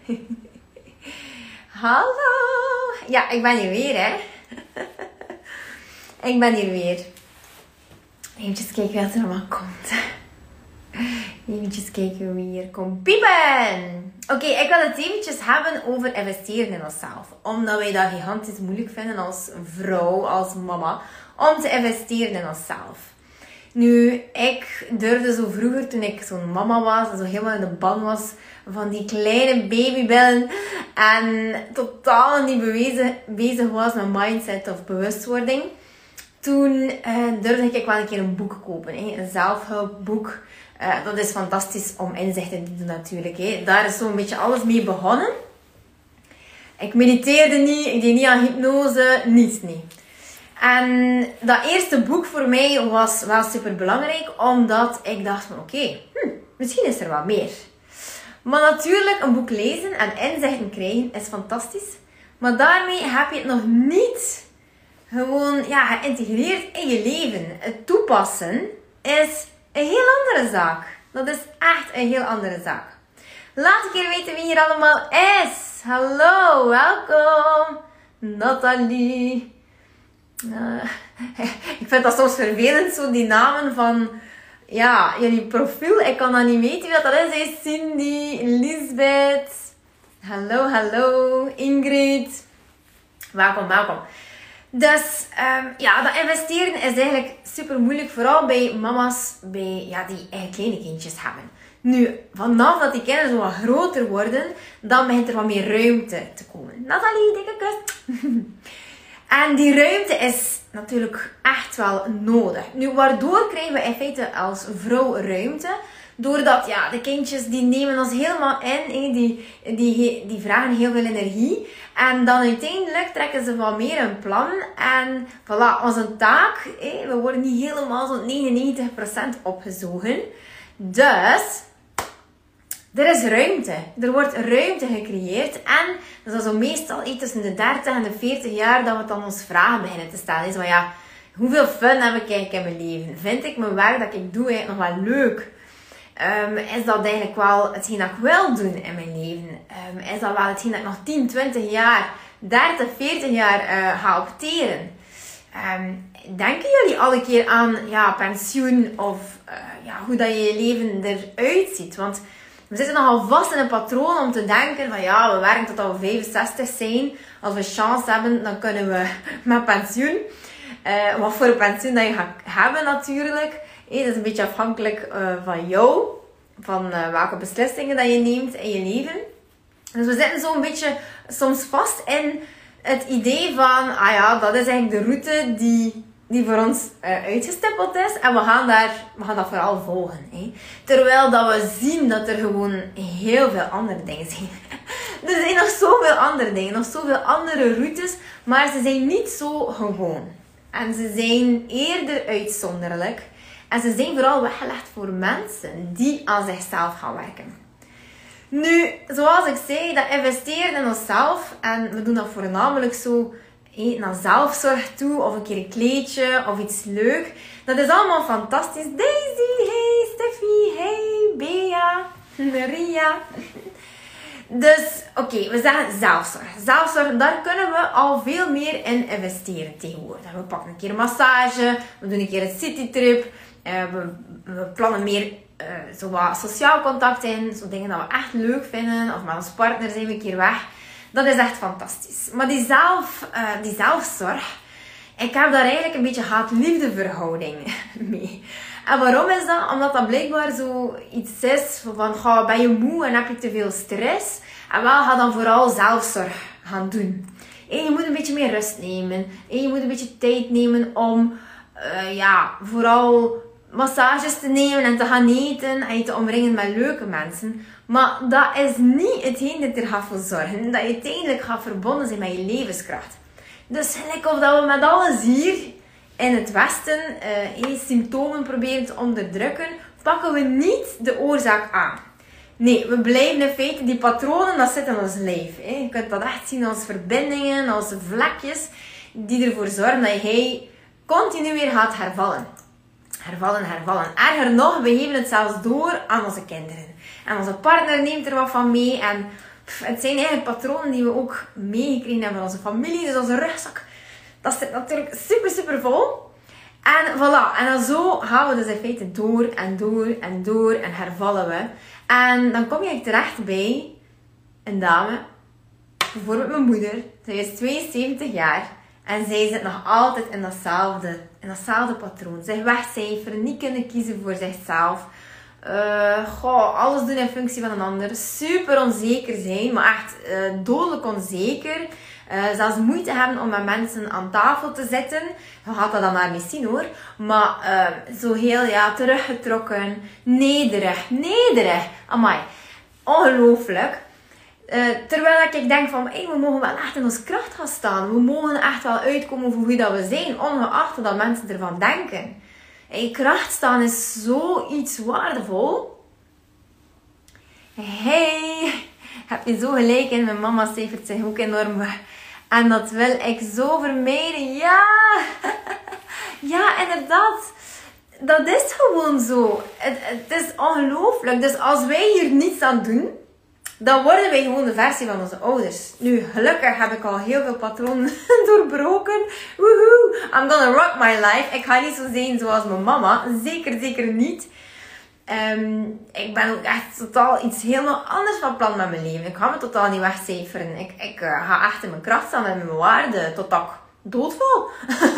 Hallo. Ja, ik ben hier weer, hè. Ik ben hier weer. Even kijken wat er allemaal komt. Even kijken wie hier komt piepen. Oké, ik wil het eventjes hebben over investeren in onszelf. Omdat wij dat gigantisch moeilijk vinden als vrouw, als mama. Om te investeren in onszelf. Nu, ik durfde zo vroeger, toen ik zo'n mama was, en zo helemaal in de ban was van die kleine babybillen en totaal niet bezig was met mindset of bewustwording. Toen durfde ik wel een keer een boek kopen, een zelfhulpboek. Dat is fantastisch om inzichten te doen natuurlijk. Daar is zo'n beetje alles mee begonnen. Ik mediteerde niet, ik deed niet aan hypnose, niets niet. En dat eerste boek voor mij was wel super belangrijk, omdat ik dacht van oké, misschien is er wat meer. Maar natuurlijk, een boek lezen en inzichten krijgen is fantastisch. Maar daarmee heb je het nog niet gewoon geïntegreerd in je leven. Het toepassen is een heel andere zaak. Dat is echt een heel andere zaak. Laat ik hier weten wie hier allemaal is. Hallo, welkom. Nathalie. Ik vind dat soms vervelend, zo die namen van jullie profiel. Ik kan dat niet weten wie dat is. Hey, Cindy, Lisbeth. Hallo, Ingrid. Welkom. Dus dat investeren is eigenlijk super moeilijk. Vooral bij mama's die kleine kindjes hebben. Nu, vanaf dat die kinderen zo wat groter worden, dan begint er wat meer ruimte te komen. Nathalie, dikke kus. En die ruimte is natuurlijk echt wel nodig. Nu, waardoor krijgen we in feite als vrouw ruimte? Doordat, de kindjes die nemen ons helemaal in. Die vragen heel veel energie. En dan uiteindelijk trekken ze wat meer een plan. En voilà, onze taak. We worden niet helemaal zo'n 99% opgezogen. Dus er is ruimte. Er wordt ruimte gecreëerd. En dat is zo meestal tussen de 30 en de 40 jaar dat we dan ons vragen beginnen te stellen. Is van hoeveel fun heb ik eigenlijk in mijn leven? Vind ik mijn werk dat ik doe eigenlijk nog wel leuk? Is dat eigenlijk wel hetgeen dat ik wil doen in mijn leven? Is dat wel hetgeen dat ik nog 10, 20 jaar, 30, 40 jaar ga opteren? Denken jullie al een keer aan pensioen of hoe dat je leven eruit ziet? Want we zitten nogal vast in een patroon om te denken van we werken tot we 65 zijn. Als we chance hebben, dan kunnen we met pensioen. Wat voor een pensioen dat je gaat hebben natuurlijk. Dat is een beetje afhankelijk van jou. Van welke beslissingen dat je neemt in je leven. Dus we zitten zo een beetje soms vast in het idee van dat is eigenlijk de route die voor ons uitgestippeld is. En we gaan dat vooral volgen. Terwijl dat we zien dat er gewoon heel veel andere dingen zijn. Er zijn nog zoveel andere dingen. Nog zoveel andere routes. Maar ze zijn niet zo gewoon. En ze zijn eerder uitzonderlijk. En ze zijn vooral weggelegd voor mensen die aan zichzelf gaan werken. Nu, zoals ik zei, dat investeren in onszelf. En we doen dat voornamelijk zo naar zelfzorg toe. Of een keer een kleedje. Of iets leuk. Dat is allemaal fantastisch. Daisy, hey Steffi, hey Bea, Maria. Dus, oké, we zeggen zelfzorg. Zelfzorg, daar kunnen we al veel meer in investeren tegenwoordig. We pakken een keer een massage. We doen een keer een citytrip. We plannen meer zo wat sociaal contact in. Zo dingen dat we echt leuk vinden. Of met ons partner zijn we een keer weg. Dat is echt fantastisch. Maar die zelfzorg, ik heb daar eigenlijk een beetje haat-liefde verhouding mee. En waarom is dat? Omdat dat blijkbaar zo iets is van, ben je moe en heb je te veel stress? En wel, ga dan vooral zelfzorg gaan doen. En je moet een beetje meer rust nemen. En je moet een beetje tijd nemen om, vooral massages te nemen en te gaan eten en je te omringen met leuke mensen. Maar dat is niet hetgeen dat er gaat voor zorgen. Dat je uiteindelijk gaat verbonden zijn met je levenskracht. Dus gelijk of dat we met alles hier in het Westen symptomen proberen te onderdrukken, pakken we niet de oorzaak aan. Nee, we blijven in feite, die patronen, dat zit in ons lijf. Je kunt dat echt zien als verbindingen, als vlekjes, die ervoor zorgen dat jij continu weer gaat hervallen. Hervallen. Erger nog, we geven het zelfs door aan onze kinderen. En onze partner neemt er wat van mee. En Het zijn eigenlijk patronen die we ook meegekregen hebben van onze familie. Dus onze rugzak, dat zit natuurlijk super, super vol. En voilà. En dan zo gaan we dus in feite door en door en door en hervallen we. En dan kom je terecht bij een dame. Bijvoorbeeld mijn moeder. Zij is 72 jaar. En zij zit nog altijd in datzelfde patroon. Zich wegcijferen, niet kunnen kiezen voor zichzelf. Alles doen in functie van een ander. Super onzeker zijn, maar echt dodelijk onzeker. Zelfs moeite hebben om met mensen aan tafel te zitten. Je gaat dat dan maar niet zien hoor. Maar zo heel teruggetrokken. Nederig. Amai. Ongelooflijk. Terwijl ik denk van, we mogen wel echt in onze kracht gaan staan. We mogen echt wel uitkomen voor wie dat we zijn. Ongeacht wat mensen ervan denken. In je kracht staan is zoiets waardevol. Hey, heb je zo gelijk in. Mijn mama cijfert zich ook enorm weg. En dat wil ik zo vermijden. Ja, ja, inderdaad. Dat is gewoon zo. Het is ongelooflijk. Dus als wij hier niets aan doen, dan worden wij gewoon de versie van onze ouders. Nu, gelukkig heb ik al heel veel patronen doorbroken. Woehoe! I'm gonna rock my life. Ik ga niet zo zijn zoals mijn mama. Zeker niet. Ik ben ook echt totaal iets helemaal anders van plan met mijn leven. Ik ga me totaal niet wegcijferen. Ik ga echt in mijn kracht staan en met mijn waarde totdat ik doodval.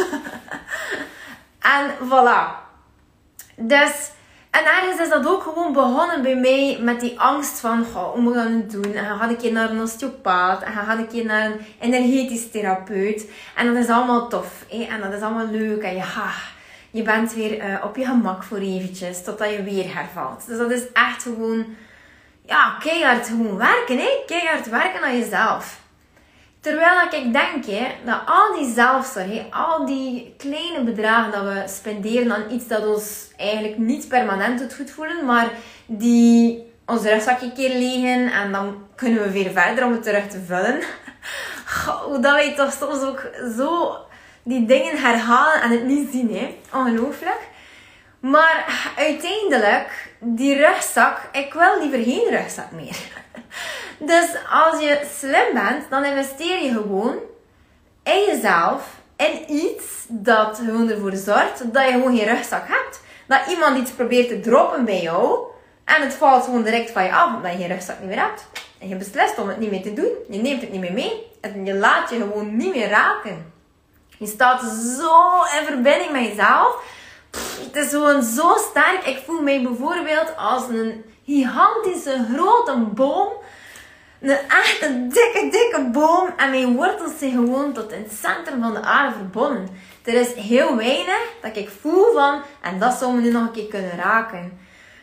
En voilà. Dus... En ergens is dat ook gewoon begonnen bij mij met die angst van, hoe moet ik dat nu doen? En dan ga ik naar een osteopaat. En dan ga ik naar een energetisch therapeut. En dat is allemaal tof. En dat is allemaal leuk. En je bent weer op je gemak voor eventjes. Totdat je weer hervalt. Dus dat is echt gewoon, keihard gewoon werken. Keihard werken aan jezelf. Terwijl ik denk dat al die zelfzorg, al die kleine bedragen dat we spenderen aan iets dat ons eigenlijk niet permanent doet goed voelen, maar die ons rugzakje een keer liggen en dan kunnen we weer verder om het terug te vullen. Hoe dat wij toch soms ook zo die dingen herhalen en het niet zien. Ongelooflijk. Maar uiteindelijk, die rugzak, ik wil liever geen rugzak meer. Dus als je slim bent, dan investeer je gewoon in jezelf, in iets dat gewoon ervoor zorgt dat je gewoon geen rugzak hebt. Dat iemand iets probeert te droppen bij jou en het valt gewoon direct van je af omdat je geen rugzak niet meer hebt. En je beslist om het niet meer te doen. Je neemt het niet meer mee. En je laat je gewoon niet meer raken. Je staat zo in verbinding met jezelf. Het is gewoon zo sterk. Ik voel mij bijvoorbeeld als een gigantische grote boom. Een echte dikke boom. En mijn wortels zijn gewoon tot in het centrum van de aarde verbonden. Er is heel weinig dat ik voel van. En dat zou me nu nog een keer kunnen raken.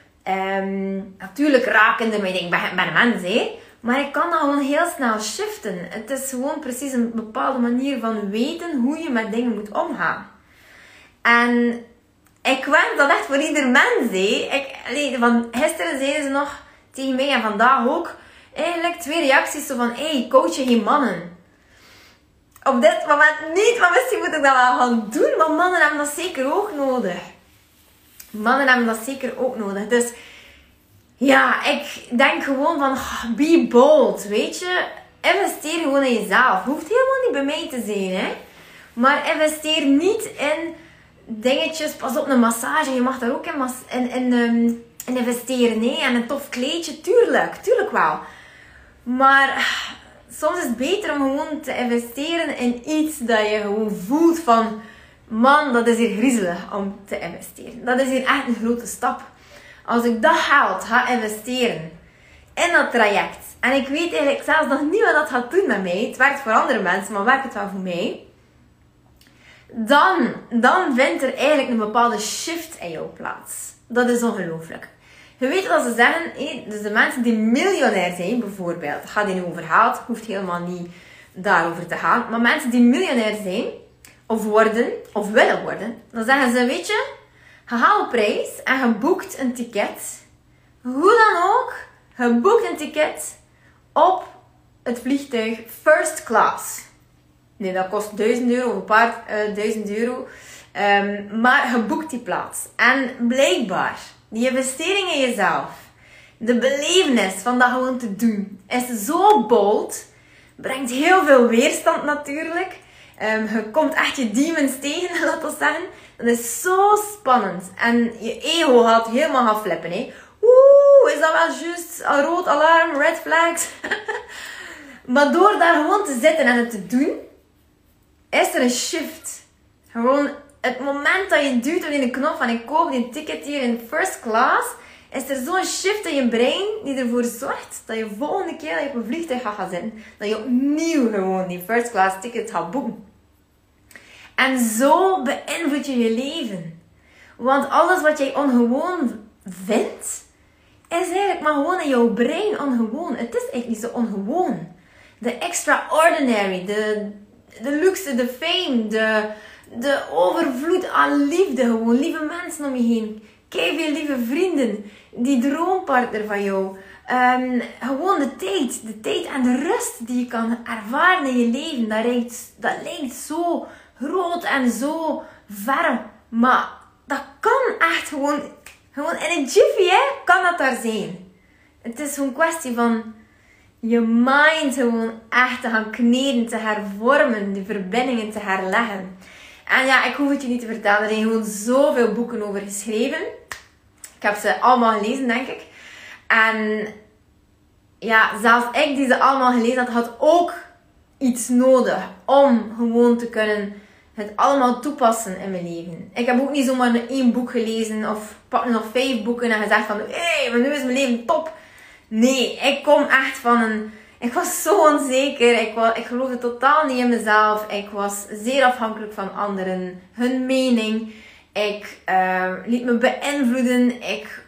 Natuurlijk raken ermee. Ik ben een mens. Maar ik kan dat gewoon heel snel shiften. Het is gewoon precies een bepaalde manier van weten hoe je met dingen moet omgaan. En ik wens dat echt voor ieder mens. Van gisteren zeiden ze nog tegen mij en vandaag ook. Eigenlijk 2 reacties zo van, coach je geen mannen? Op dit moment niet, maar misschien moet ik dat wel gaan doen. Maar mannen hebben dat zeker ook nodig. Dus ja, ik denk gewoon van, be bold, weet je. Investeer gewoon in jezelf. Hoeft helemaal niet bij mij te zijn, Maar investeer niet in dingetjes. Pas op, een massage. Je mag daar ook in investeren, En een tof kleedje, tuurlijk wel. Maar soms is het beter om gewoon te investeren in iets dat je gewoon voelt van... Man, dat is hier griezelig om te investeren. Dat is hier echt een grote stap. Als ik dat geld ga investeren in dat traject. En ik weet eigenlijk zelfs nog niet wat dat gaat doen met mij. Het werkt voor andere mensen, maar werkt het wel voor mij. Dan vindt er eigenlijk een bepaalde shift in jou plaats. Dat is ongelooflijk. Je weet wat ze zeggen, dus de mensen die miljonair zijn bijvoorbeeld, het gaat hier nu over geld, hoeft helemaal niet daarover te gaan, maar mensen die miljonair zijn, of worden, of willen worden, dan zeggen ze, weet je, je haalt een prijs en je boekt een ticket, hoe dan ook, je boekt een ticket op het vliegtuig first class. Nee, dat kost €1000 of een paar €1000, maar je boekt die plaats. En blijkbaar, die investering in jezelf, De belevenis van dat gewoon te doen is zo bold. Brengt heel veel weerstand natuurlijk. Je komt echt je demons tegen, laat ons zeggen. Dat is zo spannend. En je ego gaat helemaal gaan flippen. Hè. Is dat wel juist? Rood alarm, red flags. Maar door daar gewoon te zitten en het te doen, is er een shift. Gewoon het moment dat je duwt op die knop van ik koop die ticket hier in first class, is er zo'n shift in je brein die ervoor zorgt dat je volgende keer dat je op een vliegtuig gaat gaan zitten, dat je opnieuw gewoon die first class ticket gaat boeken. En zo beïnvloed je je leven. Want alles wat jij ongewoon vindt, is eigenlijk maar gewoon in jouw brein ongewoon. Het is eigenlijk niet zo ongewoon. De extraordinary, de luxe, de fame, de overvloed aan liefde. Gewoon lieve mensen om je heen. Kijk veel lieve vrienden. Die droompartner van jou. Gewoon de tijd en de rust die je kan ervaren in je leven. Dat lijkt zo groot en zo ver. Maar dat kan echt gewoon in een jiffy, hè, kan dat daar zijn. Het is gewoon een kwestie van je mind gewoon echt te gaan kneden, te hervormen, die verbindingen te herleggen. En ja, ik hoef het je niet te vertellen, er zijn gewoon zoveel boeken over geschreven. Ik heb ze allemaal gelezen, denk ik. En ja, zelfs ik die ze allemaal gelezen had ook iets nodig om gewoon te kunnen het allemaal toepassen in mijn leven. Ik heb ook niet zomaar 1 boek gelezen of pak nog 5 boeken en gezegd van maar nu is mijn leven top. Nee, ik kom echt van ik was zo onzeker. Ik geloofde totaal niet in mezelf. Ik was zeer afhankelijk van anderen. Hun mening. Ik liet me beïnvloeden. Ik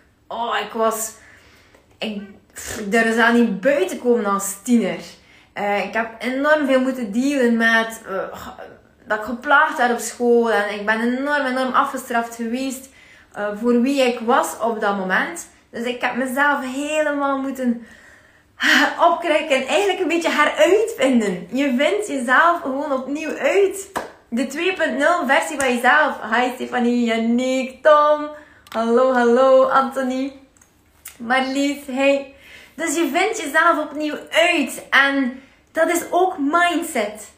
durfde zelf niet buiten komen als tiener. Ik heb enorm veel moeten dealen met dat ik geplaagd werd op school. En ik ben enorm afgestraft geweest voor wie ik was op dat moment. Dus ik heb mezelf helemaal moeten opkrijgen en eigenlijk een beetje heruitvinden. Je vindt jezelf gewoon opnieuw uit. De 2.0 versie van jezelf. Hi Stefanie, Yannick, Tom. Hallo Anthony. Marlies, hey. Dus je vindt jezelf opnieuw uit. En dat is ook mindset.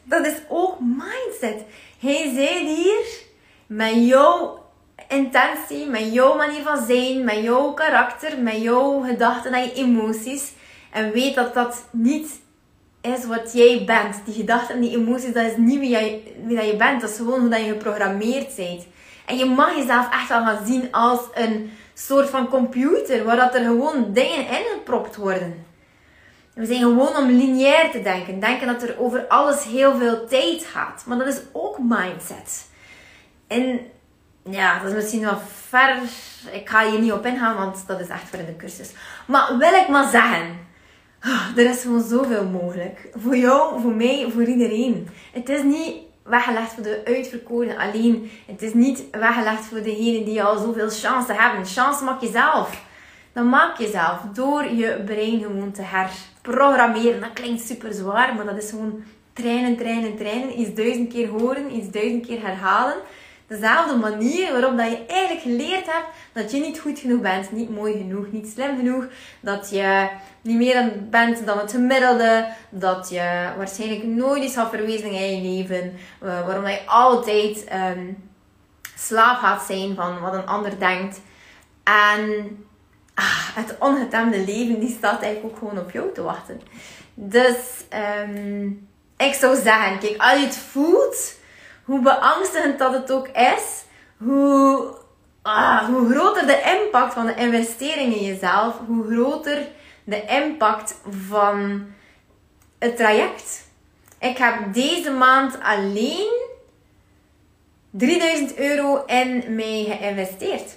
Hij zei hier, met jouw intentie, met jouw manier van zijn, met jouw karakter, met jouw gedachten en je emoties. En weet dat dat niet is wat jij bent. Die gedachten en die emoties, dat is niet wie dat je bent. Dat is gewoon hoe dat je geprogrammeerd bent. En je mag jezelf echt wel gaan zien als een soort van computer, waar dat er gewoon dingen ingepropt worden. We zijn gewoon om lineair te denken. Denken dat er over alles heel veel tijd gaat. Maar dat is ook mindset. En ja, dat is misschien wel ver. Ik ga hier niet op ingaan, want dat is echt voor in de cursus. Maar wil ik maar zeggen, er is gewoon zoveel mogelijk. Voor jou, voor mij, voor iedereen. Het is niet weggelegd voor de uitverkorenen alleen. Het is niet weggelegd voor degenen die al zoveel chance hebben. Chance maak je zelf. Dat maak je zelf door je brein gewoon te herprogrammeren. Dat klinkt super zwaar, maar dat is gewoon trainen. Iets 1000 keer horen, iets 1000 keer herhalen. Dezelfde manier waarop dat je eigenlijk geleerd hebt dat je niet goed genoeg bent, niet mooi genoeg, niet slim genoeg. Dat je niet meer bent dan het gemiddelde. Dat je waarschijnlijk nooit iets gaat verwezenlijken in je leven. Waarom dat je altijd slaaf gaat zijn van wat een ander denkt. En het ongetemde leven, die staat eigenlijk ook gewoon op jou te wachten. Dus ik zou zeggen, kijk, als je het voelt, hoe beangstigend dat het ook is, hoe groter de impact van de investering in jezelf, hoe groter de impact van het traject. Ik heb deze maand alleen €3000 in mij geïnvesteerd.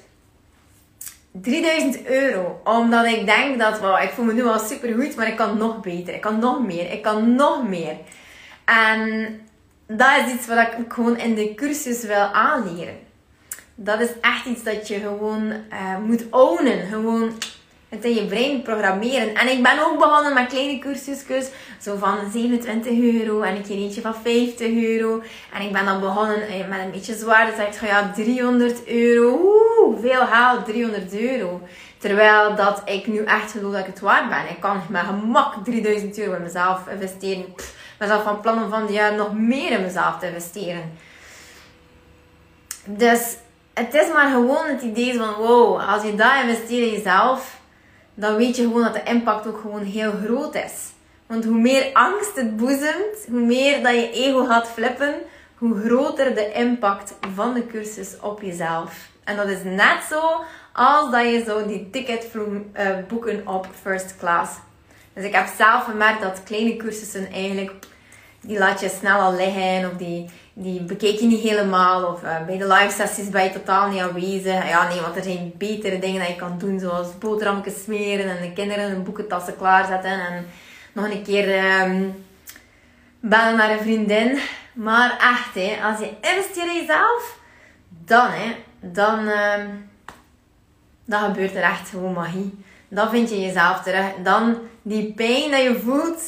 €3000, omdat ik denk dat, ik voel me nu al super goed, maar ik kan nog beter, ik kan nog meer. En dat is iets wat ik gewoon in de cursus wil aanleren. Dat is echt iets dat je gewoon moet ownen. Gewoon het in je brein programmeren. En ik ben ook begonnen met kleine cursusjes. Zo van 27 euro en een keer eentje van 50 euro. En ik ben dan begonnen met een beetje zwaar. Dus dacht ik, ja, 300 euro. Oeh, veel geld, 300 euro. Terwijl dat ik nu echt geloof dat ik het waard ben. Ik kan met gemak 3000 euro in mezelf investeren. Ik ben zelf van plan om van dit jaar nog meer in mezelf te investeren. Dus het is maar gewoon het idee van wow, als je dat investeert in jezelf, dan weet je gewoon dat de impact ook gewoon heel groot is. Want hoe meer angst het boezemt, hoe meer dat je ego gaat flippen, hoe groter de impact van de cursus op jezelf. En dat is net zo als dat je zo die ticket boeken op first class. Dus ik heb zelf gemerkt dat kleine cursussen eigenlijk, die laat je snel al liggen of die bekijk je niet helemaal. Of bij de live sessies ben je totaal niet aanwezig. Ja, nee, want er zijn betere dingen dat je kan doen. Zoals boterhammetjes smeren en de kinderen hun boekentassen klaarzetten. En nog een keer bellen naar een vriendin. Maar echt, hè, als je investeert in jezelf, dan gebeurt er echt gewoon magie. Dan vind je jezelf terug. Dan die pijn dat je voelt,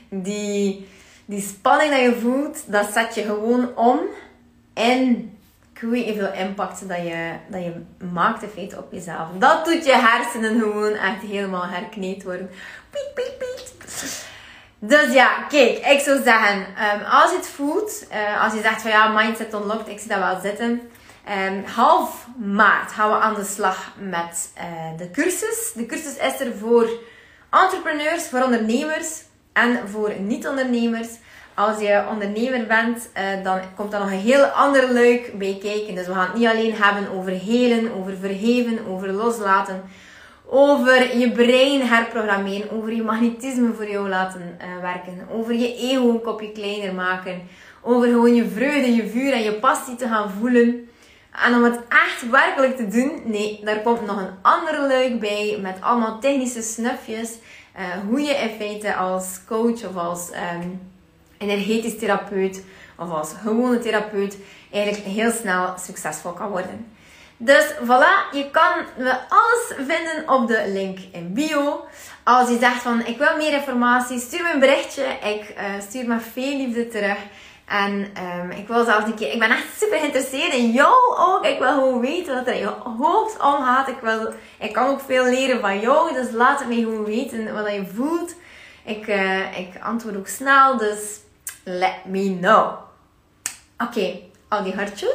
die spanning dat je voelt, dat zet je gewoon om. En ik weet niet hoeveel impact dat je maakt in feite op jezelf. Dat doet je hersenen gewoon echt helemaal herkneed worden. Piet, piet, piet. Dus ja, kijk, ik zou zeggen, als je het voelt, als je zegt van ja, mindset unlocked, ik zie dat wel zitten. Half maart gaan we aan de slag met de cursus. De cursus is er voor entrepreneurs, voor ondernemers en voor niet-ondernemers. Als je ondernemer bent, dan komt er nog een heel ander luik bij kijken. Dus we gaan het niet alleen hebben over helen, over vergeven, over loslaten. Over je brein herprogrammeren, over je magnetisme voor jou laten werken. Over je ego een kopje kleiner maken. Over gewoon je vreugde, je vuur en je passie te gaan voelen. En om het echt werkelijk te doen, nee, daar komt nog een ander luik bij. Met allemaal technische snufjes. Hoe je in feite als coach of als energetisch therapeut of als gewone therapeut eigenlijk heel snel succesvol kan worden. Dus voilà, je kan alles vinden op de link in bio. Als je zegt van ik wil meer informatie, stuur me een berichtje. Ik stuur met veel liefde terug. En ik wil zelfs een keer, ik ben echt super geïnteresseerd in jou ook. Ik wil gewoon weten wat er in je hoofd omgaat. Ik kan ook veel leren van jou. Dus laat het mij gewoon weten wat je voelt. Ik antwoord ook snel, dus let me know. Oké, al die hartjes.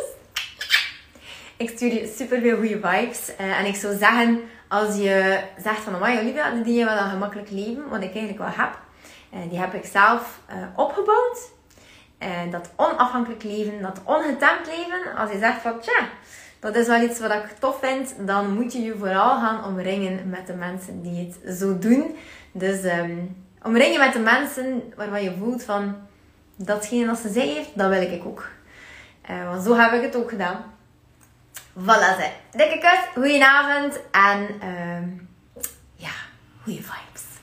Ik stuur je super veel goede vibes. En ik zou zeggen, als je zegt van amai Olivia, die wel een gemakkelijk leven, wat ik eigenlijk wel heb. Die heb ik zelf opgebouwd. Dat onafhankelijk leven, dat ongetemd leven. Als je zegt van tja, dat is wel iets wat ik tof vind, dan moet je je vooral gaan omringen met de mensen die het zo doen. Dus omring je met de mensen waarvan je voelt van datgene dat ze zij heeft, dat wil ik ook. Want zo heb ik het ook gedaan. Voilà, dikke kus, goedenavond en ja, goeie vibes.